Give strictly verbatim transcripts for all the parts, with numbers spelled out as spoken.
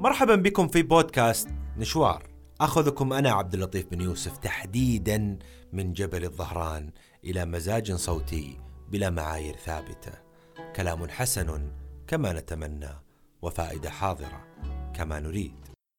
مرحبا بكم في بودكاست نشوار. أخذكم أنا عبد اللطيف بن يوسف تحديدا من جبل الظهران إلى مزاج صوتي بلا معايير ثابتة، كلام حسن كما نتمنى وفائدة حاضرة كما نريد.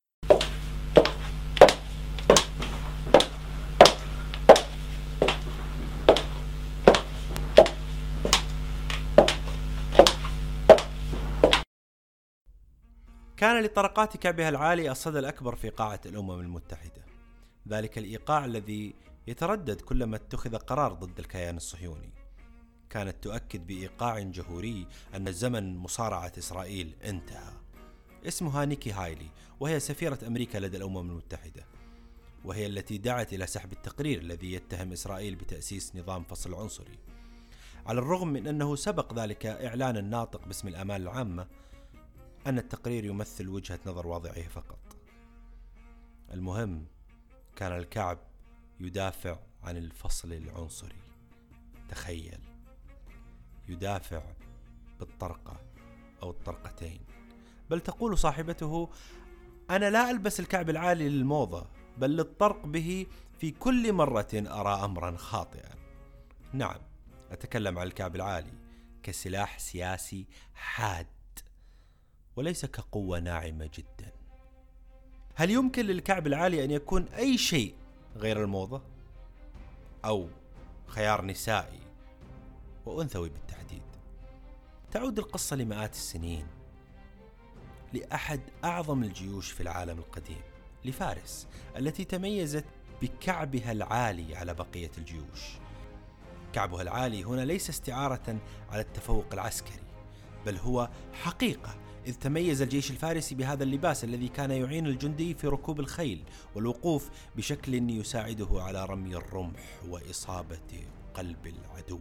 كان لطرقات كعبها العالي الصدى الأكبر في قاعة الأمم المتحدة، ذلك الإيقاع الذي يتردد كلما اتخذ قرار ضد الكيان الصهيوني. كانت تؤكد بإيقاع جهوري أن زمن مصارعة إسرائيل انتهى. اسمها نيكي هايلي، وهي سفيرة أمريكا لدى الأمم المتحدة، وهي التي دعت إلى سحب التقرير الذي يتهم إسرائيل بتأسيس نظام فصل عنصري، على الرغم من أنه سبق ذلك إعلان الناطق باسم الأمان العامة أن التقرير يمثل وجهة نظر واضعه فقط. المهم، كان الكعب يدافع عن الفصل العنصري. تخيل، يدافع بالطرقة أو الطرقتين. بل تقول صاحبته: أنا لا ألبس الكعب العالي للموضة، بل للطرق به في كل مرة أرى أمرا خاطئا. نعم، أتكلم عن الكعب العالي كسلاح سياسي حاد، وليس كقوة ناعمة جدا. هل يمكن للكعب العالي أن يكون أي شيء غير الموضة؟ أو خيار نسائي وأنثوي بالتحديد؟ تعود القصة لمئات السنين، لأحد أعظم الجيوش في العالم القديم، لفارس، التي تميزت بكعبها العالي على بقية الجيوش. كعبها العالي هنا ليس استعارة على التفوق العسكري، بل هو حقيقة، إذ تميز الجيش الفارسي بهذا اللباس الذي كان يعين الجندي في ركوب الخيل والوقوف بشكل يساعده على رمي الرمح وإصابة قلب العدو.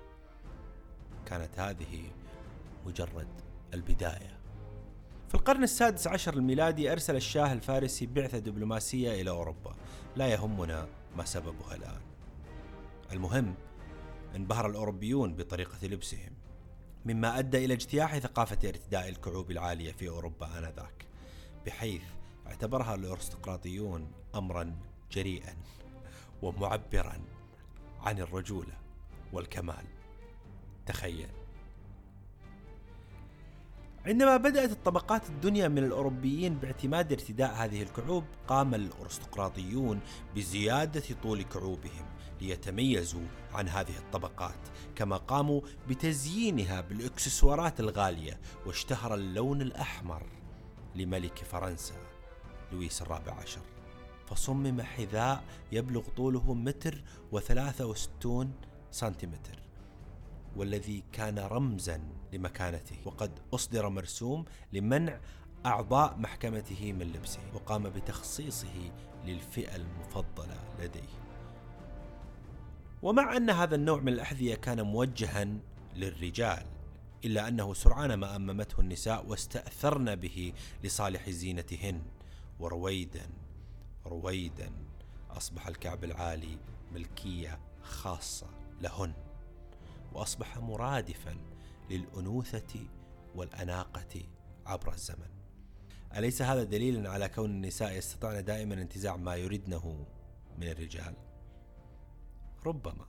كانت هذه مجرد البداية. في القرن السادس عشر الميلادي أرسل الشاه الفارسي بعثة دبلوماسية إلى أوروبا، لا يهمنا ما سببها الآن. المهم، انبهر الأوروبيون بطريقة لبسهم، مما أدى إلى اجتياح ثقافة ارتداء الكعوب العالية في أوروبا آنذاك، بحيث اعتبرها الأرستقراطيون أمرا جريئا ومعبرا عن الرجولة والكمال. تخيل. عندما بدأت الطبقات الدنيا من الأوروبيين باعتماد ارتداء هذه الكعوب، قام الأرستقراطيون بزيادة طول كعوبهم ليتميزوا عن هذه الطبقات، كما قاموا بتزيينها بالإكسسوارات الغالية. واشتهر اللون الأحمر لملك فرنسا لويس الرابع عشر، فصمم حذاء يبلغ طوله متر وثلاثة وستون سنتيمتر، والذي كان رمزا لمكانته، وقد أصدر مرسوم لمنع أعضاء محكمته من لبسه، وقام بتخصيصه للفئة المفضلة لديه. ومع أن هذا النوع من الأحذية كان موجها للرجال، إلا أنه سرعان ما أممته النساء واستأثرن به لصالح زينتهن، ورويدا رويدا أصبح الكعب العالي ملكية خاصة لهن، وأصبح مرادفا للأنوثة والأناقة عبر الزمن. أليس هذا دليلا على كون النساء يستطيعن دائما انتزاع ما يريدنه من الرجال؟ ربما.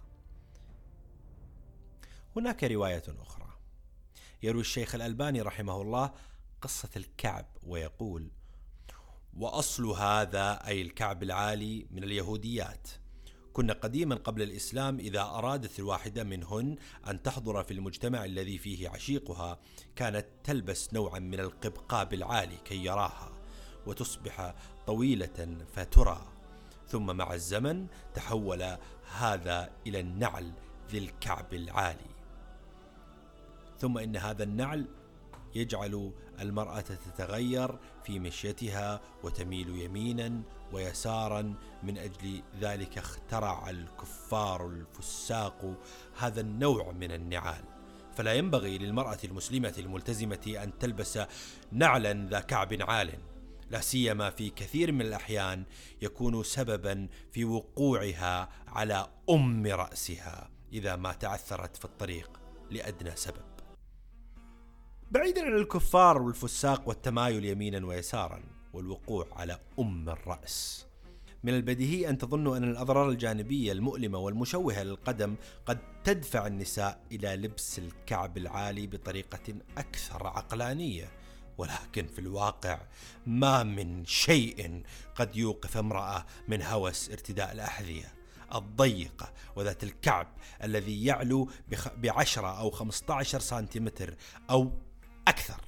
هناك رواية أخرى، يروي الشيخ الألباني رحمه الله قصة الكعب ويقول: وأصل هذا أي الكعب العالي من اليهوديات. كنا قديما قبل الإسلام إذا أرادت الواحدة منهن أن تحضر في المجتمع الذي فيه عشيقها، كانت تلبس نوعا من القبقاب العالي كي يراها، وتصبح طويلة فترى. ثم مع الزمن تحول هذا إلى النعل ذي الكعب العالي، ثم إن هذا النعل يجعل المرأة تتغير في مشيتها وتميل يمينا ويسارا. من أجل ذلك اخترع الكفار الفساق هذا النوع من النعال، فلا ينبغي للمرأة المسلمة الملتزمة أن تلبس نعلا ذا كعب عال، لا سيما في كثير من الأحيان يكون سببا في وقوعها على أم رأسها إذا ما تعثرت في الطريق لأدنى سبب. بعيدا عن الكفار والفساق والتمايل يمينا ويسارا والوقوع على أم الرأس. من البديهي أن تظنوا أن الأضرار الجانبية المؤلمة والمشوهة للقدم قد تدفع النساء إلى لبس الكعب العالي بطريقة أكثر عقلانية، ولكن في الواقع ما من شيء قد يوقف امرأة من هوس ارتداء الأحذية الضيقة وذات الكعب الذي يعلو بعشرة أو خمسة عشر سنتيمتر أو أكثر.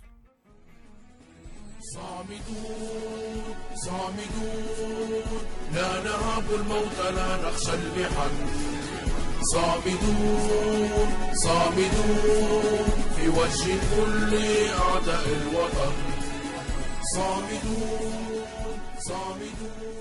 صامدون صامدون لا نهاب الموت لا نخشى المحن. صامدون صامدون في وجه كل أعداء الوطن. صامدون صامدون.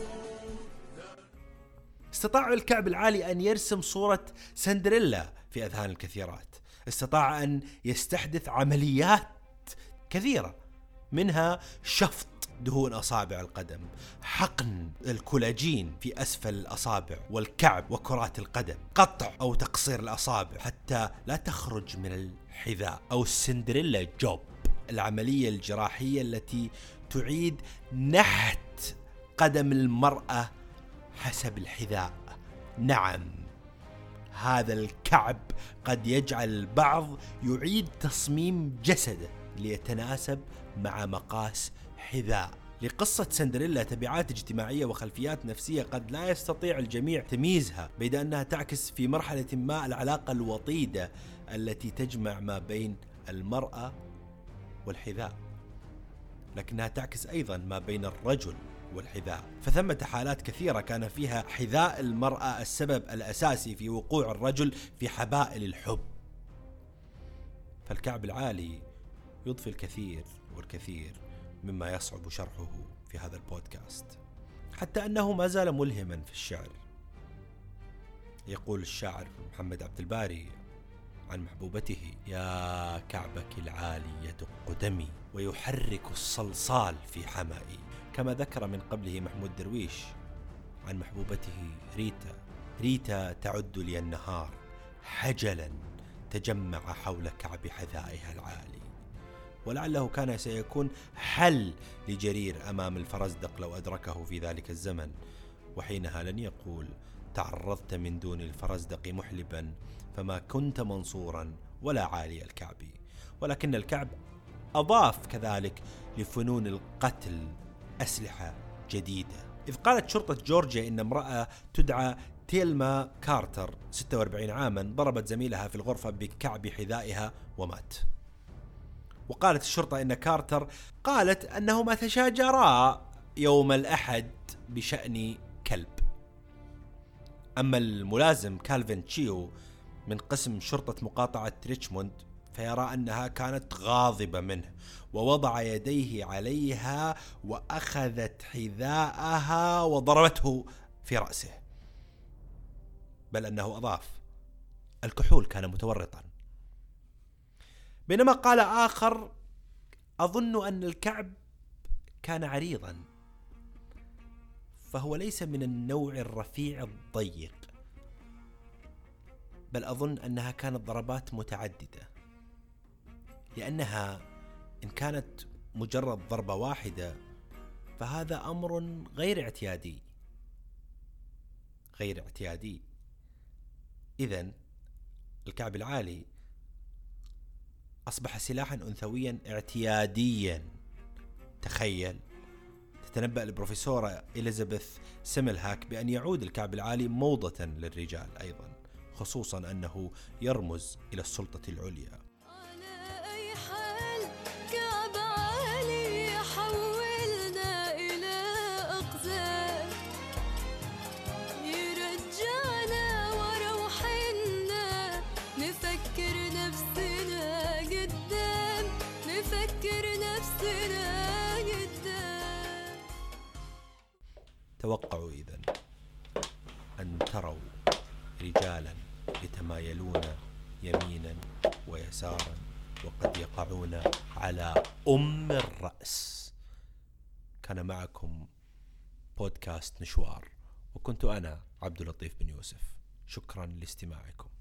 استطاع الكعب العالي أن يرسم صورة سندريلا في أذهان الكثيرات. استطاع أن يستحدث عمليات كثيرة، منها شفط دهون أصابع القدم، حقن الكولاجين في أسفل الأصابع والكعب وكرات القدم، قطع أو تقصير الأصابع حتى لا تخرج من الحذاء، أو السندريلا جوب، العملية الجراحية التي تعيد نحت قدم المرأة حسب الحذاء. نعم، هذا الكعب قد يجعل البعض يعيد تصميم جسده ليتناسب مع مقاس حذاء. لقصة سندريلا تبعات اجتماعية وخلفيات نفسية قد لا يستطيع الجميع تمييزها، بيد أنها تعكس في مرحلة ما العلاقة الوطيدة التي تجمع ما بين المرأة والحذاء، لكنها تعكس أيضا ما بين الرجل والحذاء. فثمة حالات كثيرة كان فيها حذاء المرأة السبب الأساسي في وقوع الرجل في حبائل الحب. فالكعب العالي يضفي الكثير والكثير مما يصعب شرحه في هذا البودكاست، حتى أنه ما زال ملهما في الشعر. يقول الشاعر محمد عبد الباري عن محبوبته: يا كعبك العالي يدق دمي ويحرك الصلصال في حمائي. كما ذكر من قبله محمود درويش عن محبوبته ريتا: ريتا تعد لي النهار حجلا تجمع حول كعب حذائها العالي. ولعله كان سيكون حل لجرير أمام الفرزدق لو أدركه في ذلك الزمن، وحينها لن يقول: تعرضت من دون الفرزدق محلبا فما كنت منصورا ولا عالي الكعب. ولكن الكعب أضاف كذلك لفنون القتل أسلحة جديدة، إذ قالت شرطة جورجيا إن امرأة تدعى تيلما كارتر ستة وأربعين عاما ضربت زميلها في الغرفة بكعب حذائها ومات. وقالت الشرطة إن كارتر قالت أنهما تشاجرا يوم الأحد بشأن كلب. أما الملازم كالفين تشيو من قسم شرطة مقاطعة ريتشموند فيرى أنها كانت غاضبة منه ووضع يديه عليها وأخذت حذاءها وضربته في رأسه، بل أنه أضاف: الكحول كان متورطا. بينما قال آخر: أظن أن الكعب كان عريضا، فهو ليس من النوع الرفيع الضيق، بل أظن أنها كانت ضربات متعددة، لأنها إن كانت مجرد ضربة واحدة فهذا أمر غير اعتيادي غير اعتيادي إذن الكعب العالي أصبح سلاحا أنثويا اعتياديا. تخيل، تتنبأ البروفيسورة إليزابيث سيملهاك بأن يعود الكعب العالي موضة للرجال أيضا، خصوصا أنه يرمز إلى السلطة العليا. توقعوا إذن أن تروا رجالا يتمايلون يمينا ويسارا وقد يقعون على أم الرأس. كان معكم بودكاست مشوار، وكنت أنا عبد اللطيف بن يوسف. شكرا لاستماعكم.